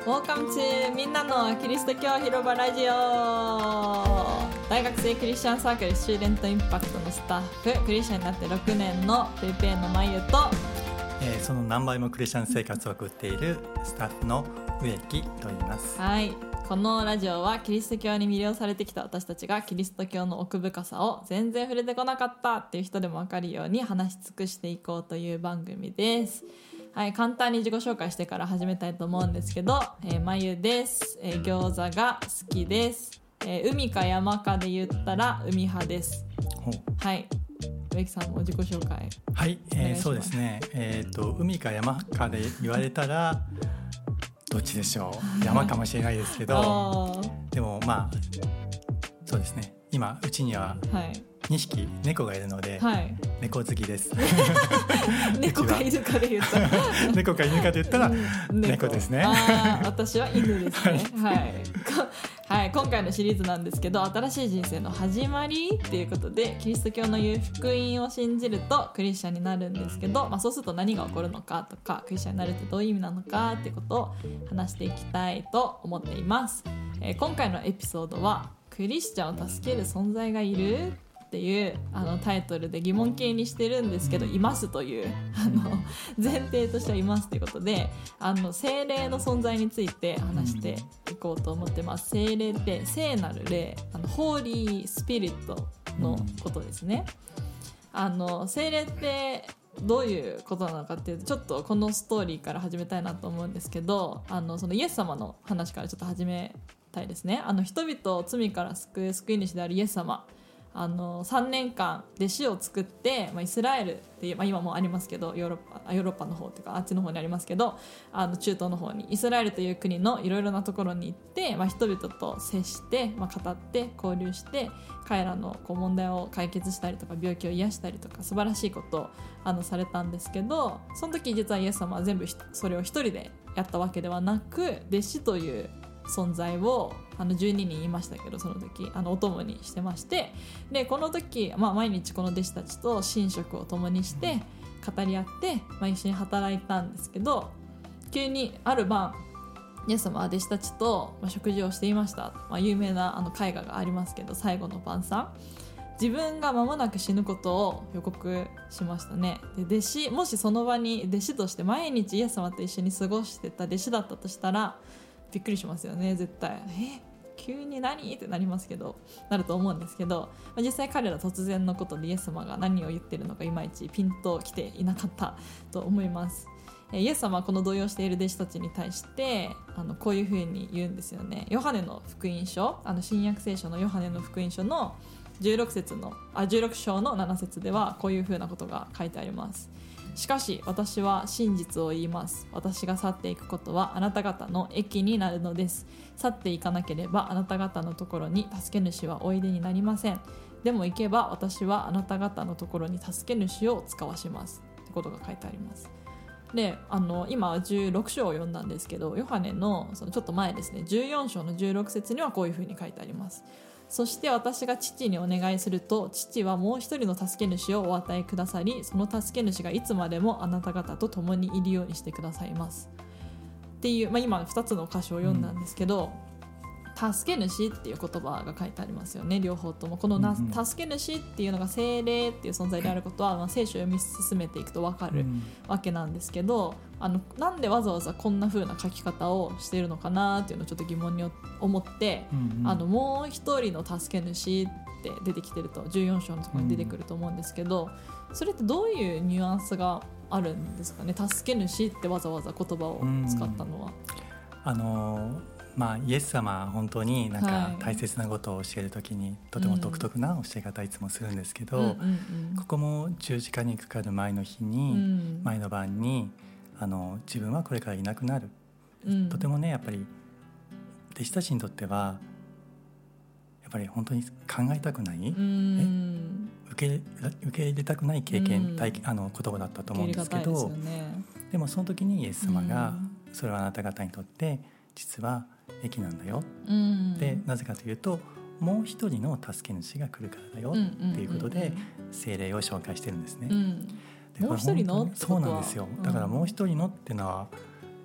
Welcome to みんなのキリスト教広場ラジオ。大学生クリスチャンサークルスチューデントインパクトのスタッフ、クリスチャンになって6年のペイペイのまゆと、 その何倍もクリスチャン生活を送っているスタッフの植木と言います。 はい、このラジオはキリスト教に魅了されてきた私たちがキリスト教の奥深さを全然触れてこなかったっていう人でも分かるように話し尽くしていこうという番組です。はい、簡単に自己紹介してから始めたいと思うんですけど、まゆです。餃子が好きです。海か山かで言ったら海派です。はい、植木さんも自己紹介。 はい、そうですね、海か山かで言われたらどっちでしょう。山かもしれないですけどでもまあそうですね、今うちには2匹猫がいるので、はい、猫好きです猫か犬かで言ったら猫か犬かで言ったら猫ですね。 私は犬ですねはいはい、今回のシリーズなんですけど、新しい人生の始まりっていうことでキリスト教の言う福音を信じるとクリスチャンになるんですけど、そうすると何が起こるのかとか、クリスチャンになるってどういう意味なのかっていうことを話していきたいと思っています。今回のエピソードはクリスチャンを助ける存在がいるっていうタイトルで疑問形にしてるんですけど、いますという前提としてはいますということで、聖霊の存在について話していこうと思ってます。聖霊って聖なる霊、ホーリースピリットのことですね。聖霊ってどういうことなのかっていうと、ちょっとこのストーリーから始めたいなと思うんですけど、そのイエス様の話からちょっと始めたいですね。人々を罪から救う救い主であるイエス様、3年間弟子を作って、イスラエルっていう、今もありますけどヨーロッパの方というかあっちの方にありますけど、中東の方にイスラエルという国のいろいろなところに行って、人々と接して、語って交流して、彼らの問題を解決したりとか病気を癒したりとか素晴らしいことをされたんですけど、その時実はイエス様は全部それを一人でやったわけではなく、弟子という存在を12人いましたけど、その時お供にしてまして、でこの時、毎日この弟子たちと寝食を共にして語り合って、一緒に働いたんですけど、急にある晩イエス様は弟子たちと食事をしていました。有名な絵画がありますけど、最後の晩餐、自分が間もなく死ぬことを予告しましたね。でもしその場に弟子として毎日イエス様と一緒に過ごしてた弟子だったとしたらびっくりしますよね。絶対急に何ってなりますけど、なると思うんですけど、実際彼ら突然のことでイエス様が何を言ってるのかいまいちピンときていなかったと思います。イエス様はこの動揺している弟子たちに対してこういうふうに言うんですよね。ヨハネの福音書、新約聖書のヨハネの福音書の16章の7節ではこういうふうなことが書いてあります。しかし私は真実を言います。私が去っていくことはあなた方の益になるのです。去っていかなければあなた方のところに助け主はおいでになりません。でも行けば私はあなた方のところに助け主を使わしますってことが書いてあります。で今16章を読んだんですけど、ヨハネのちょっと前ですね、14章の16節にはこういうふうに書いてあります。そして私が父にお願いすると、父はもう一人の助け主をお与えくださり、その助け主がいつまでもあなた方と共にいるようにしてくださいますっていう、今2つの箇所を読んだんですけど、助け主っていう言葉が書いてありますよね。両方ともこの助け主っていうのが聖霊っていう存在であることは、聖書を読み進めていくと分かるわけなんですけど、なんでわざわざこんな風な書き方をしているのかなっていうのをちょっと疑問に思って、もう一人の助け主って出てきてると14章のところに出てくると思うんですけど、それってどういうニュアンスがあるんですかね。助け主ってわざわざ言葉を使ったのは。 イエス様は本当に大切なことを教えるときにとても独特な教え方いつもするんですけど、ここも十字架にかかる前の日に、前の晩に自分はこれからいなくなる、とてもねやっぱり弟子たちにとってはやっぱり本当に考えたくない、受け入れたくない経験、言葉だったと思うんですけど、でもその時にイエス様が、それはあなた方にとって実は益なんだよ、でなぜかというともう一人の助け主が来るからだよっていうことで聖霊を紹介してるんですね。 もう一人のそうなんですよ。だからもう一人のっていうのは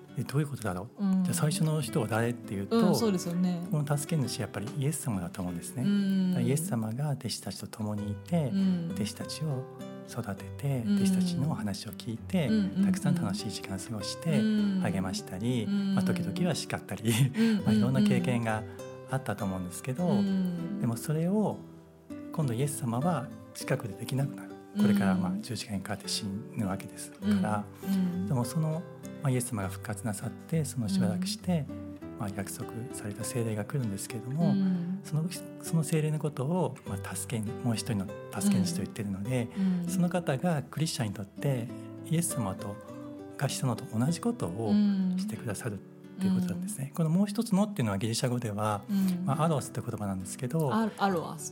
どういうことだろう、じゃあ最初の人は誰っていうと、 そうですよね、 この助け主やっぱりイエス様だと思うんですね。イエス様が弟子たちと共にいて、弟子たちを育てて、弟子たちの話を聞いて、たくさん楽しい時間を過ごして励ましたり、時々は叱ったりいろんな経験があったと思うんですけど、でもそれを今度イエス様は近くでできなくなる。これから十字架にかかって死ぬわけですから、でもその、イエス様が復活なさって、そのしばらくして、約束された聖霊が来るんですけれども、その聖霊のことを、もう一人の助け主と言っているので、その方がクリスチャンにとってイエス様がしたのと同じことをしてくださるということなんですね。このもう一つのっていうのはギリシャ語では、アロスって言葉なんですけど、 アロス、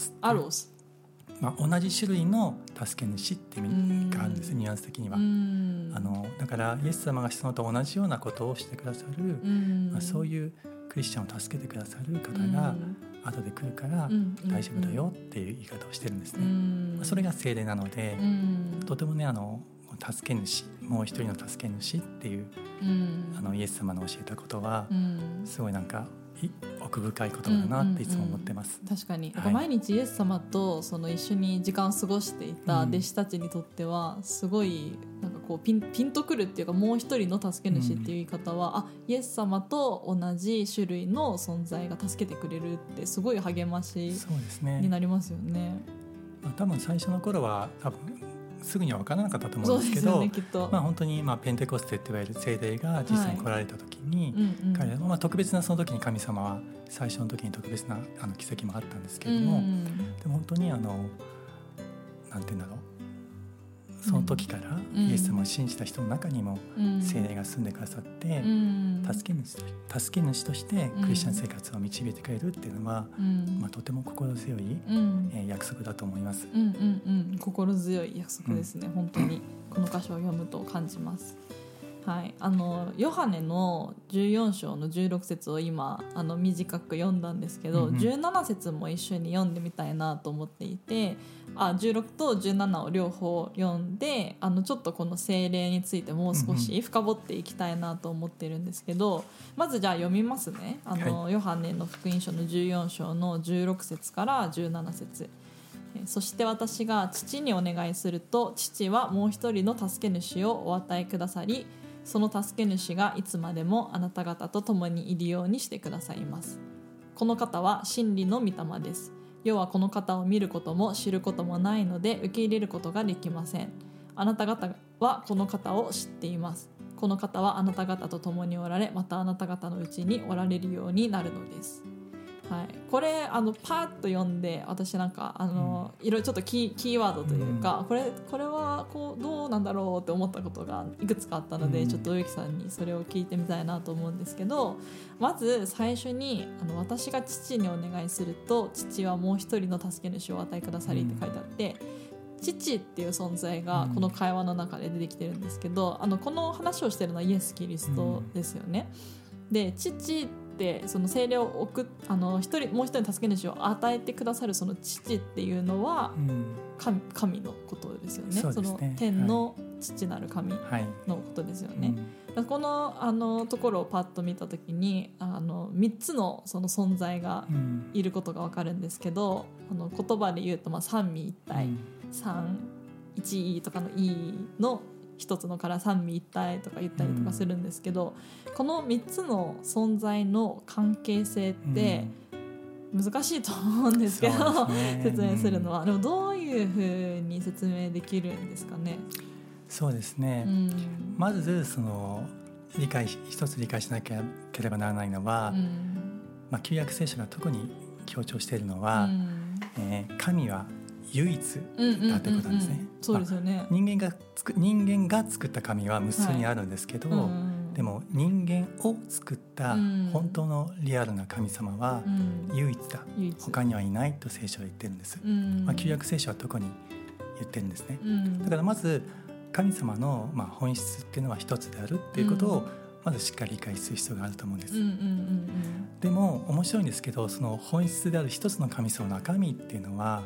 同じ種類の助け主って意味があるんです、ニュアンス的には。だからイエス様がしたのと同じようなことをしてくださる、そういうクリスチャンを助けてくださる方が後で来るから大丈夫だよっていう言い方をしてるんですね。それが聖霊なので、とてもね、助け主、もう一人の助け主っていう、イエス様の教えたことは、すごいなんか奥深い言葉だなっていつも思ってます。 確かに、毎日イエス様とその一緒に時間を過ごしていた弟子たちにとってはすごいなんかこうピンとくるっていうか、もう一人の助け主っていう言い方は、イエス様と同じ種類の存在が助けてくれるってすごい励ましになりますよね。 多分最初の頃はすぐには分からなかったと思うんですけど、 そうですよね、きっと。 本当にペンテコステって言われる聖霊が実際に来られた時に、彼らの特別な、その時に神様は最初の時に特別な奇跡もあったんですけれども、でも本当になんて言うんだろう、その時からイエス様を信じた人の中にも聖霊が住んでくださって、助け主としてクリスチャン生活を導いてくれるっていうのは、とても心強い約束だと思います。 心強い約束ですね、本当にこの箇所を読むと感じます。はい、ヨハネの14章の16節を今短く読んだんですけど、17節も一緒に読んでみたいなと思っていて、16と17を両方読んで、ちょっとこの聖霊についてもう少し深掘っていきたいなと思ってるんですけど、まずじゃあ読みますね。ヨハネの福音書の14章の16節から17節。そして私が父にお願いすると、父はもう一人の助け主をお与えくださり、その助け主がいつまでもあなた方と共にいるようにしてくださいます。この方は真理の御霊です。世はこの方を見ることも知ることもないので受け入れることができません。あなた方はこの方を知っています。この方はあなた方と共におられ、またあなた方のうちにおられるようになるのです。はい、これパーッと読んで、私なんかいろいろちょっとキーワードというか、これはこうどうなんだろうって思ったことがいくつかあったので、ちょっと植木さんにそれを聞いてみたいなと思うんですけど、まず最初に私が父にお願いすると、父はもう一人の助け主をお与えくださりって書いてあって、父っていう存在がこの会話の中で出てきてるんですけど、この話をしてるのはイエス・キリストですよね。で、父ってその聖霊をもう一人の助け主を与えてくださるその父っていうのは神のことですよね。その天の父なる神のことですよね。このところをパッと見たときに3つのその存在がいることが分かるんですけど、言葉で言うと三位一体、1位とかの E の一つのから三位一体とか言ったりとかするんですけど、この3つの存在の関係性って難しいと思うんですけど、説明するのは。でもどういうふうに説明できるんですかね。 そうですね、まず一つ理解しなければならないのは、旧約聖書が特に強調しているのは、神は唯一だということなんですね。 そうですよね。 人間が作った神は無数にあるんですけど、でも人間を作った本当のリアルな神様は唯一だ、他にはいないと聖書は言ってるんです。旧約聖書は特に言ってるんですね。だからまず神様の本質っていうのは一つであるっていうことをまずしっかり理解する必要があると思うんです。でも面白いんですけど、その本質である一つの神様の中身っていうのは、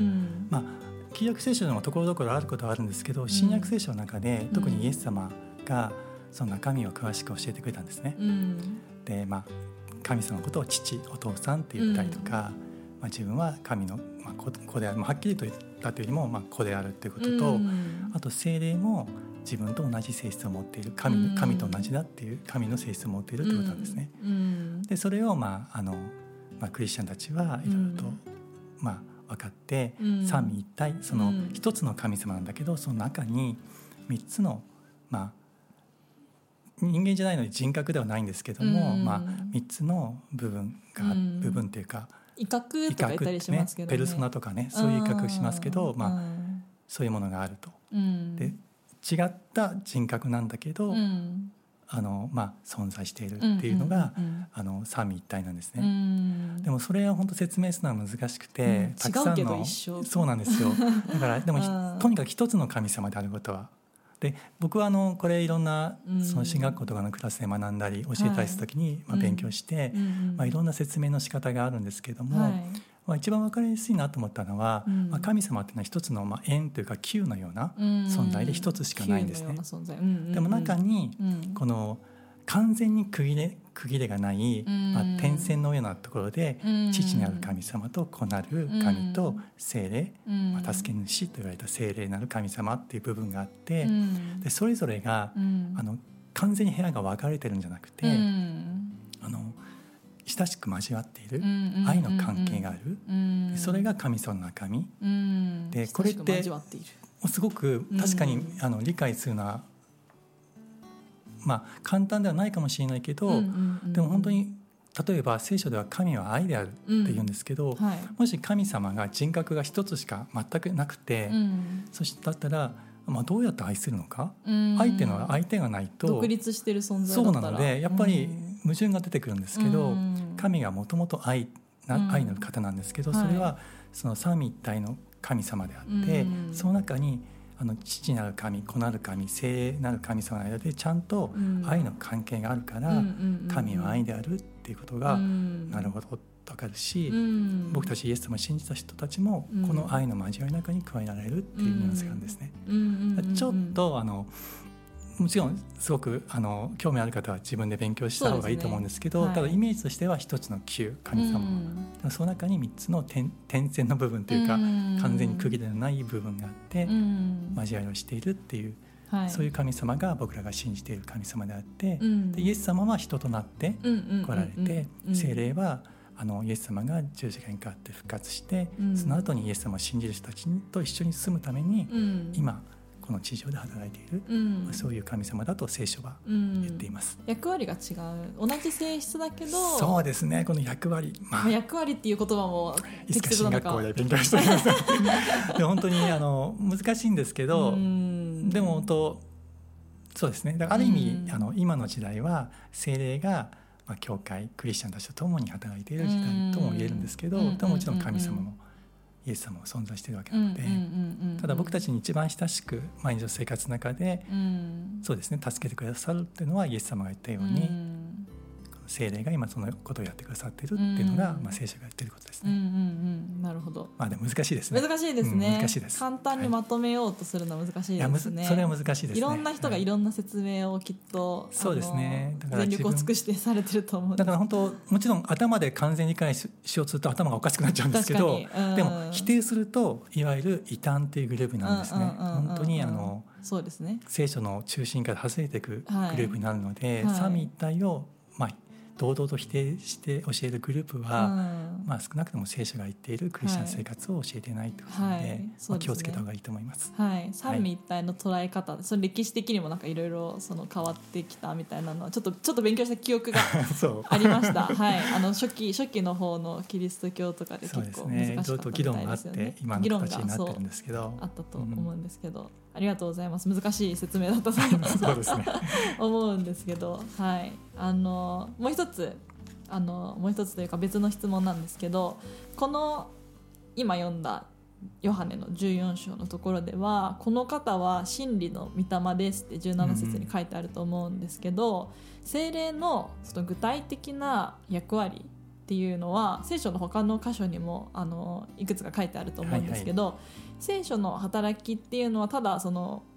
旧約聖書でもところどころあることはあるんですけど、新約聖書の中で特にイエス様がその中身を詳しく教えてくれたんですね。で、神様のことを父、お父さんって言ったりとか、自分は神の、子である、はっきりと言ったというよりも、子であるということと、あと聖霊も自分と同じ性質を持っている、神と同じだっていう神の性質を持っているということなんですね。でそれを、クリスチャンたちはいろいろと、分かって、三位一体、その一つの神様なんだけど、その中に3つの、人間じゃないので人格ではないんですけども、3つの部分というか、 威嚇とか言ったりしますけどね、 ペルソナとかね、そういう威嚇しますけど、そういうものがあると。で違った人格なんだけど、存在しているっていうのが、三位一体なんですね。でもそれは本当説明するのは難しくて、たくさんの、 違うけど一緒。 そうなんですよ。だからでもとにかく一つの神様であることは。で僕はこれいろんなその進学校とかのクラスで学んだり教えたりするときに勉強して、いろんな説明の仕方があるんですけれども、一番分かりやすいなと思ったのは、神様っていうのは一つの円というか球のような存在で一つしかないんですね。でも中にこの完全に区切れがない、点線のようなところで、父なる神様と子なる神と聖霊、助け主と言われた聖霊なる神様っていう部分があって、でそれぞれが、完全に部屋が分かれてるんじゃなくて、親しく交わっている、愛の関係がある、それが神様の中身、でこれってすごく確かに、理解するのは簡単ではないかもしれないけど、でも本当に例えば聖書では神は愛であるって言うんですけど、もし神様が人格が一つしか全くなくて、そしたら、どうやって愛するのか、愛っていうのは相手がないと独立してる存在だったら、 そうなのでやっぱり矛盾が出てくるんですけど、神がもともと愛の方なんですけど、それはその三位一体の神様であって、その中に父なる神、子なる神、聖霊なる神様の間でちゃんと愛の関係があるから、神は愛であるっていうことが、なるほど分かるし、僕たちイエス様を信じた人たちもこの愛の交わりの中に加えられるっていうニュアンスがあるんですね。ちょっともちろんすごく興味ある方は自分で勉強した方がいいと思うんですけど、ただイメージとしては一つの球、神様、その中に3つの点線の部分というか、完全に区切りのない部分があって、交わりをしているっていう、そういう神様が僕らが信じている神様であって、でイエス様は人となって来られて、聖霊はイエス様が十字架にかかって復活して、その後にイエス様を信じる人たちと一緒に住むために、今この地上で働いている、そういう神様だと聖書は言っています。 役割が違う、同じ性質だけど、 そうですね、この役割、 役割っていう言葉もいつか進学校で勉強しておりますで本当に難しいんですけど、でも本当そうですね。だからある意味、今の時代は聖霊が教会クリスチャンたちと共に働いている時代とも言えるんですけど、でももちろん神様もイエス様も存在しているわけなので、ただ僕たちに一番親しく毎日の生活の中で、そうですね、助けてくださるっていうのはイエス様が言ったように、聖霊が今そのことをやってくださっているっていうのが、聖書が言っていることですね。 なるほど。 でも難しいですね。 難しいですね。 難しいです。 簡単にまとめようとするのは難しいですね。 それは難しいですね。 いろんな人がいろんな説明をきっと、 そうですね。 だから全力を尽くしてされてると思うんです。 だから本当もちろん頭で完全に理解しようとすると頭がおかしくなっちゃうんですけど、でも否定するといわゆる異端というグループなんですね。本当にそうですね。 聖書の中心から外れていくグループになるので、三位一体を堂々と否定して教えるグループは、少なくとも聖書が言っているクリスチャン生活を教えていないということで、気をつけた方がいいと思います。 三位一体の捉え方、その歴史的にもなんかいろいろ変わってきたみたいなのはちょっと勉強した記憶がありました。初期の方のキリスト教とかで結構難しかったみたいですよね。 議論があって今の形になってるんですけど、 あったと思うんですけど、ありがとうございます。難しい説明だったとそうですね思うんですけど、もう一つというか別の質問なんですけど、この今読んだヨハネの14章のところでは、この方は真理の御霊ですって17節に書いてあると思うんですけど、聖霊のその具体的な役割っていうのは聖書の他の箇所にもいくつか書いてあると思うんですけど、聖書の働きっていうのはただその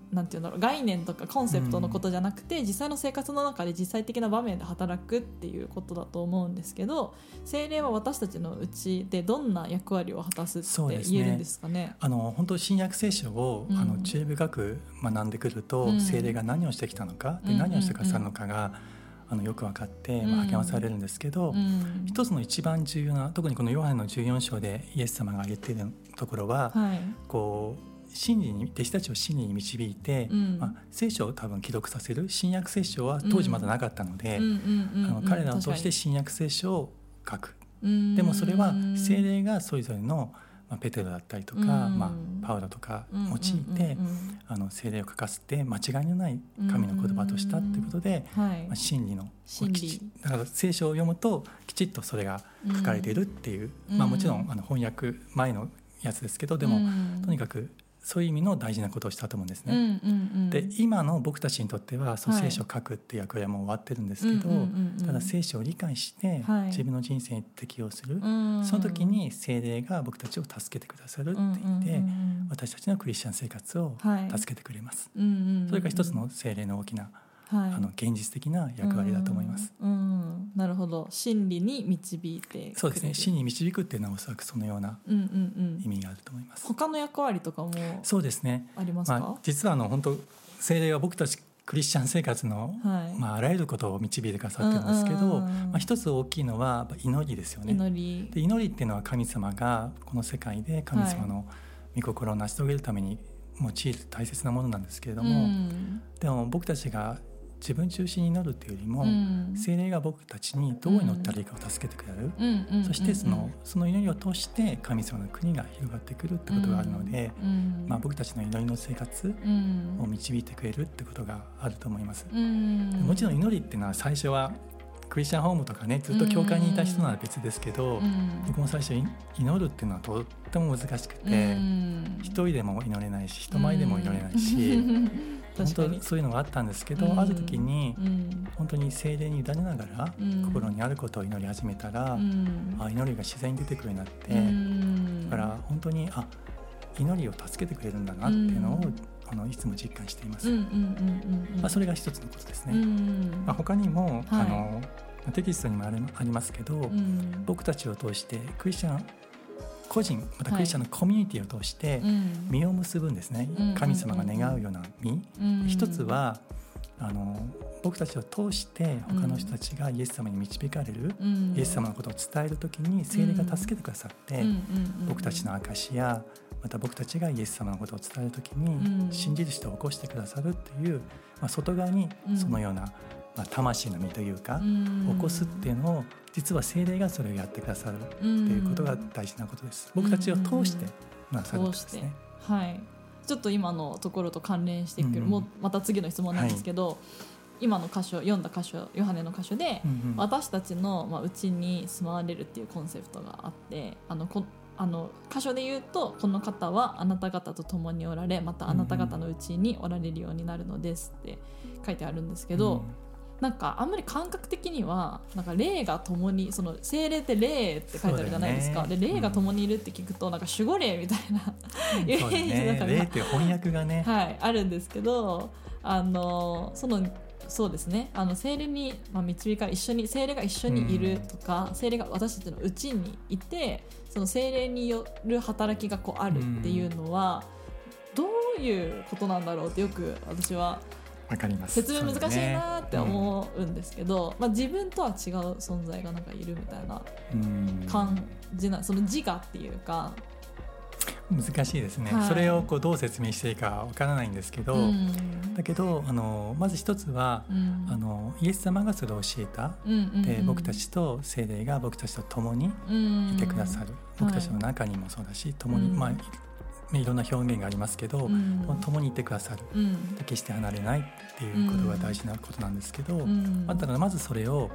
なんていうんだろう、概念とかコンセプトのことじゃなくて、実際の生活の中で実際的な場面で働くっていうことだと思うんですけど、聖霊は私たちのうちでどんな役割を果たすって言えるんですかね。 本当新約聖書を、中部学学んでくると、聖霊が何をしてきたのか、で何をしてくださるのかがよく分かって、励まされるんですけど、一つの一番重要な、特にこのヨハネの14章でイエス様が言っているところは、こう真理に弟子たちを真理に導いて、聖書を多分記録させる。新約聖書は当時まだなかったので、彼らを通して新約聖書を書く。でもそれは聖霊がそれぞれのペテロだったりとか、パウロとか用いて、聖霊を書かせて間違いのない神の言葉としたということで、真理のだから聖書を読むときちっとそれが書かれているっていう、もちろん翻訳前のやつですけど、でもとにかくそういう意味の大事なことをしたと思うんですね。で今の僕たちにとってはその聖書を書くっていう役割はもう終わってるんですけど、ただ聖書を理解して自分の人生に適応する、その時に聖霊が僕たちを助けてくださるって言って、私たちのクリスチャン生活を助けてくれます。それが一つの聖霊の大きな現実的な役割だと思います。 なるほど。真理に導いてくれる。 そうですね。真理に導くっていうのはおそらくそのような意味があると思います。 他の役割とかもそうですね。 ありますか？ 実は本当聖霊は僕たちクリスチャン生活の、あらゆることを導いてくださってるんですけど、一つ大きいのは祈りですよね。祈りっていうのは神様がこの世界で神様の御心を成し遂げるために用いる大切なものなんですけれども、でも僕たちが自分中心に祈るというよりも、聖霊が僕たちにどう祈ったらいいかを助けてくれる、そしてその祈りを通して神様の国が広がってくるってことがあるので、僕たちの祈りの生活を導いてくれるってことがあると思います。もちろん祈りっていうのは最初はクリスチャンホームとかね、ずっと教会にいた人なら別ですけど、僕も最初祈るっていうのはとっても難しくて、一人でも祈れないし人前でも祈れないし本当にそういうのがあったんですけど、ある時に本当に聖霊に委ねながら心にあることを祈り始めたら、祈りが自然に出てくるようになって、だから本当に祈りを助けてくれるんだなっていうのをいつも実感しています。それが一つのことですね。他にも、テキストにもありますけど、僕たちを通してクリスチャン個人、またクリスチャンのコミュニティを通して実を結ぶんですね。神様が願うような実。一つは僕たちを通して他の人たちがイエス様に導かれる、イエス様のことを伝えるときに聖霊が助けてくださって、僕たちの証やまた僕たちがイエス様のことを伝えるときに信じる人を起こしてくださるっていう、外側にそのような、魂の実というか起こすっていうのを、実は聖霊がそれをやってくださるっていうことが大事なことです。僕たちを通してなさることですね。 ちょっと今のところと関連してくる、もうまた次の質問なんですけど、今の箇所、読んだ箇所、ヨハネの箇所で、私たちのうちに住まわれるっていうコンセプトがあって、箇所で言うと、この方はあなた方と共におられ、またあなた方のうちにおられるようになるのですって書いてあるんですけど、なんかあんまり感覚的にはなんか霊が共に、その聖霊って霊って書いてあるじゃないですか。で霊が共にいるって聞くとなんか守護霊みたいなイメージだから、 霊って翻訳がね、 あるんですけど、そうですね、聖霊に導かれ、聖霊が一緒にいるとか、聖霊が私たちのうちにいて、その聖霊による働きがあるっていうのはどういうことなんだろうってよく私は説明難しいなって思うんですけど、自分とは違う存在がなんかいるみたいな感じな、その自我っていうか難しいですね、それをどう説明していいかわからないんですけど、だけどまず一つは、イエス様がそれを教えた、で僕たちと聖霊が僕たちと共にいてくださる、僕たちの中にもそうだし、共に、いろんな表現がありますけど、共にいてくださる、決して離れないっていうことが大事なことなんですけど、まずそれを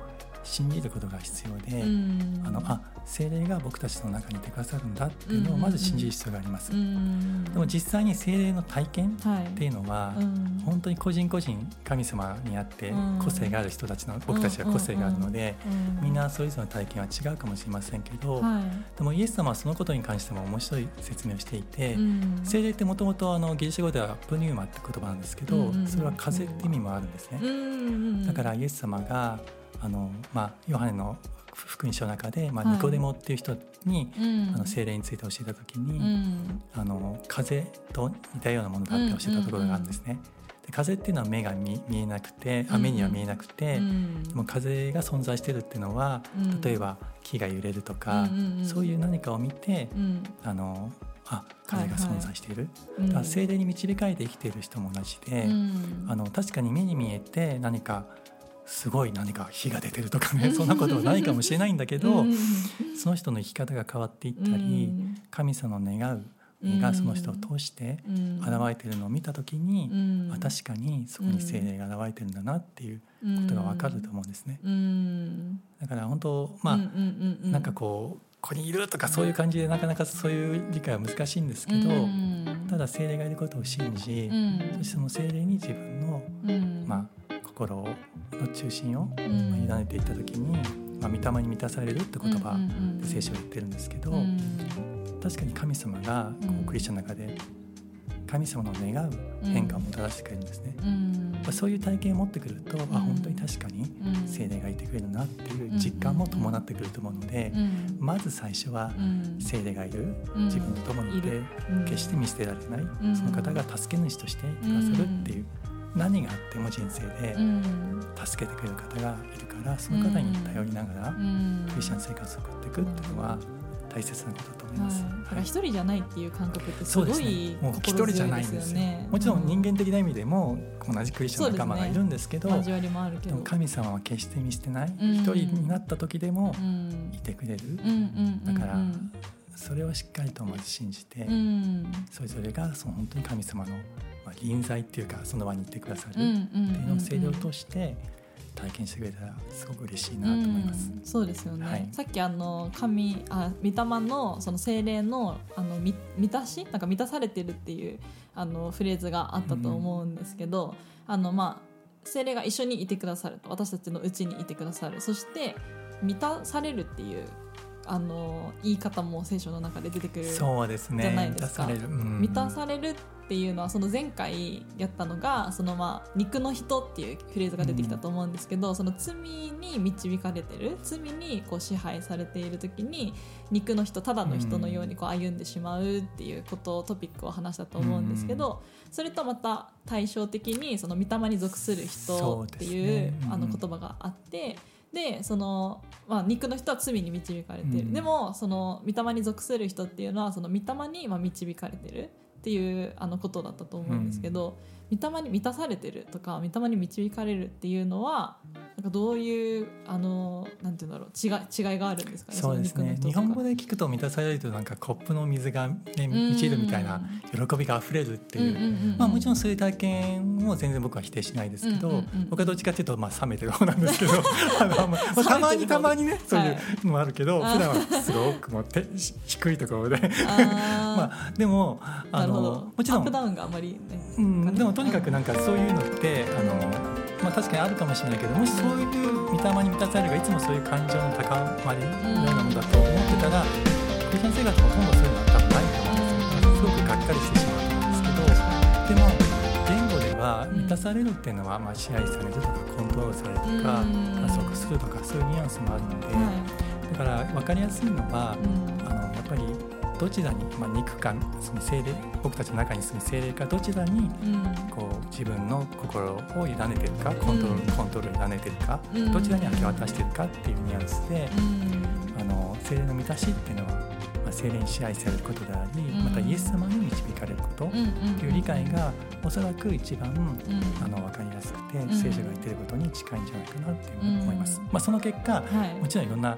信じることが必要で、聖霊が僕たちの中にいてくださるんだっていうのをまず信じる必要があります。でも実際に聖霊の体験っていうのは、本当に個人個人神様にあって個性がある人たちの、僕たちは個性があるので、みんなそれぞれの体験は違うかもしれませんけど、でもイエス様はそのことに関しても面白い説明をしていて、聖霊ってもともとギリシャ語ではプニューマって言葉なんですけど、それは風って意味もあるんですね。だからイエス様がヨハネの福音書の中で、ニコデモっていう人に、聖霊について教えた時に、風と似たようなものだって教えたところがあるんですね。で風っていうのは目が見えなくて、目には見えなくて、でも風が存在してるっていうのは、例えば木が揺れるとか、そういう何かを見て、風が存在している。だから聖霊に導かれて生きている人も同じで、確かに目に見えて何かすごい何か火が出てるとかね、そんなことはないかもしれないんだけど、その人の生き方が変わっていったり、神様の願うがその人を通して現れているのを見たときに、確かにそこに聖霊が現れているんだなっていうことが分かると思うんですね。だから本当、なんかここにいるとかそういう感じでなかなかそういう理解は難しいんですけど、ただ聖霊がいることを信じ、そしてその聖霊に自分の、心の中心を委ねていったときに、御霊に満たされるって言葉で聖書を言ってるんですけど、確かに神様がクリスチャンの中で神様の願う変化をもたらしてくれるんですね。そういう体験を持ってくると、本当に確かに聖霊がいてくれるなっていう実感も伴ってくると思うので、まず最初は聖霊がいる、自分と共にいて決して見捨てられない、その方が助け主としてくださるっていう、何があっても人生で助けてくれる方がいるから、その方に頼りながらクリスチャン生活を送っていくっていうのは大切なことだと思います。 だから一人じゃないっていう感覚ってすごい心強いですよね。もう一人じゃないんですよ。 もちろん人間的な意味でも同じクリスチャン仲間がいるんですけど、 交わりもあるけど、 でも神様は決して見捨てない、一人になった時でもいてくれる。だからそれをしっかりとまず信じて、それぞれがその本当に神様の臨在っていうか、その場にいてくださるっていうのを聖霊を通して体験してくれたらすごく嬉しいなと思います。 そうですよね。さっき御霊のその聖霊の満たし、なんか満たされてるっていうフレーズがあったと思うんですけど、聖霊が一緒にいてくださると、私たちのうちにいてくださる、そして満たされるっていう言い方も聖書の中で出てくるじゃないですか。満たされる、満たされるっていうのは、その前回やったのがその肉の人っていうフレーズが出てきたと思うんですけど、その罪に導かれてる、罪に支配されている時に肉の人、ただの人のように歩んでしまうっていうことをトピックを話したと思うんですけど、それとまた対照的にその御霊に属する人っていう言葉があって、でその、肉の人は罪に導かれている、でもその御霊に属する人っていうのはその御霊に導かれているっていうことだったと思うんですけど、御霊に満たされてるとか御霊に導かれるっていうのはなんかどういうなんていうんだろう、違いがあるんですかね。 そうですね。日本語で聞くと満たされるとなんかコップの水が、満ちるみたいな喜びがあふれるっていう、もちろんそういう体験も全然僕は否定しないですけど、僕はどっちかというと冷めてる方なんですけどたまにねそういうのもあるけど、普段はすごく低いところででももちろんアップダウンがあまりね、でもとにかくなんかそういうのって確かにあるかもしれないけど、もしそういう御霊に満たされるがいつもそういう感情の高まりのようなものだと思ってたら、クリスチャン生活ほとんどそういうのは多分ないと思うんですよ。すごくがっかりしてしまうと思うんですけど、でも言語では満たされるっていうのは支配されるとかコントロールされるとか属するとかそういうニュアンスもあるので、だから分かりやすいのはやっぱりどちらに、肉かその聖霊、僕たちの中に住む聖霊かどちらに自分の心を委ねているか、コントロールを委ねているか、どちらに明け渡しているかっていうニュアンスで、聖霊の満たしっていうのは、聖霊に支配されることであり、またイエス様に導かれることっていう理解がおそらく一番分かりやすくて、聖書が言っていることに近いんじゃないかなっていう思います。その結果、もちろんいろんな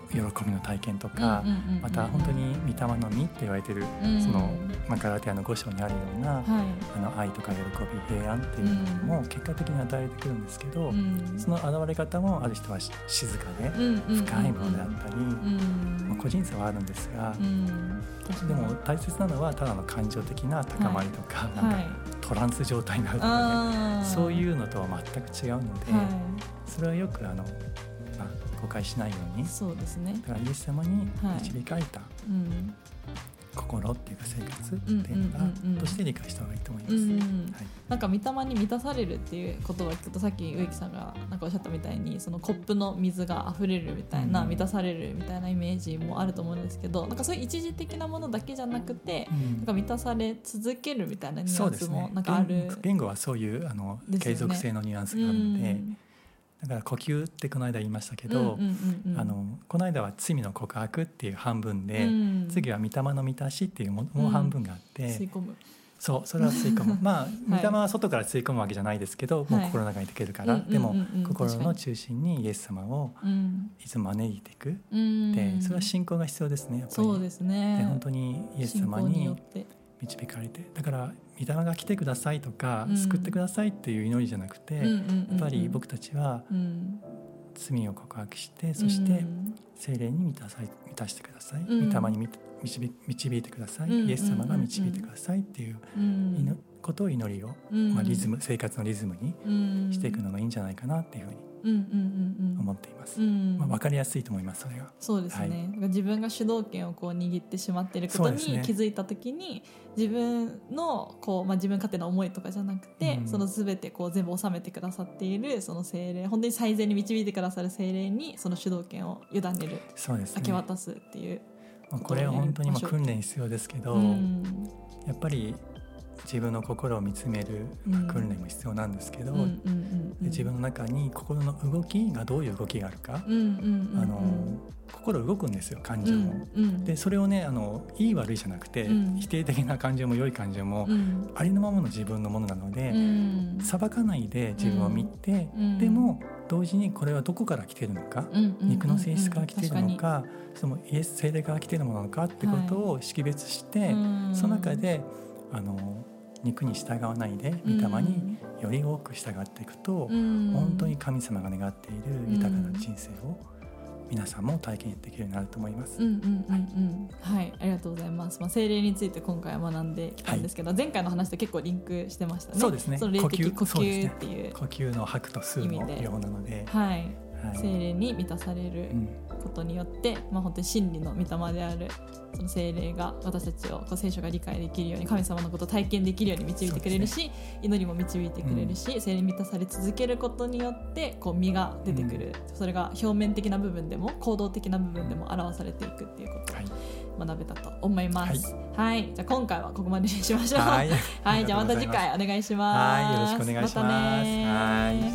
喜びの体験とか、また本当に御霊の実って言われてる、そのガラティアの5章にあるような、愛とか喜び平安っていうのも結果的に与えてくるんですけど、その現れ方もある人は静かで深いものであったり、個人差はあるんですが、でも大切なのはただの感情的な高まりとか、なんかトランス状態になるとかね、そういうのとは全く違うので、それはよく誤解しないように、 そうですね、 だからイエス様に導かれた心っていうか生活っていうのがとして理解した方がいいと思います。 なんか御霊に満たされるっていう言葉を聞くと、さっき植木さんがなんかおっしゃったみたいに、そのコップの水が溢れるみたいな、満たされるみたいなイメージもあると思うんですけど、なんかそういう一時的なものだけじゃなくて、なんか満たされ続けるみたいなニュアンスもなんかある。 言語はそういう継続性のニュアンスがあるので、だから呼吸ってこの間言いましたけど、この間は罪の告白っていう半分で、次は御霊の満たしっていうもう半分があって、 吸い込む、 そう、それは吸い込むまあ御霊は外から吸い込むわけじゃないですけど、もう心の中にできるから、でも心の中心にイエス様をいつも招いていく、でそれは信仰が必要ですね、やっぱり。 そうですね。 で本当にイエス様に導かれて、だから御霊が来てくださいとか、救ってくださいっていう祈りじゃなくて、やっぱり僕たちは罪を告白して、そして聖霊に満たしてください、御霊に導いてください、イエス様が導いてくださいっていうことを祈りを、リズム、生活のリズムにしていくのがいいんじゃないかなっていうふうに思っています。分かりやすいと思います、それが。 そうですね、自分が主導権をこう握ってしまっていることに気づいたときに、自分のこう、自分勝手な思いとかじゃなくて、その全てこう全部収めてくださっているその聖霊、本当に最善に導いてくださる聖霊にその主導権を委ねる、 そうですね、 明け渡すっていう、 これは本当に訓練必要ですけど、やっぱり自分の心を見つめる訓練も必要なんですけど、自分の中に心の動きがどういう動きがあるか、心動くんですよ、感情も。でそれをね、いい悪いじゃなくて、否定的な感情も良い感情も、ありのままの自分のものなので、裁かないで自分を見て、でも同時にこれはどこから来ているのか、肉の性質から来ているのか、そのイエス聖霊から来ているものなのかってことを識別して、その中で肉に従わないで御霊により多く従っていくと、本当に神様が願っている豊かな人生を皆さんも体験できるようになると思います。 はい、ありがとうございます。聖霊について今回は学んできたんですけど、前回の話と結構リンクしてましたね。 そうですね、 その霊的呼吸っていう、 呼吸の吐くと吸うのようなので、 聖霊に満たされることによって、本当に真理の御霊であるその聖霊が私たちをこう聖書が理解できるように、神様のことを体験できるように導いてくれるし、祈りも導いてくれるし、聖霊に満たされ続けることによってこう実が出てくる、それが表面的な部分でも行動的な部分でも表されていくっていうことを学べたと思います。じゃあ今回はここまでにしましょう。じゃあまた次回お願いします。 よろしくお願いします。またね。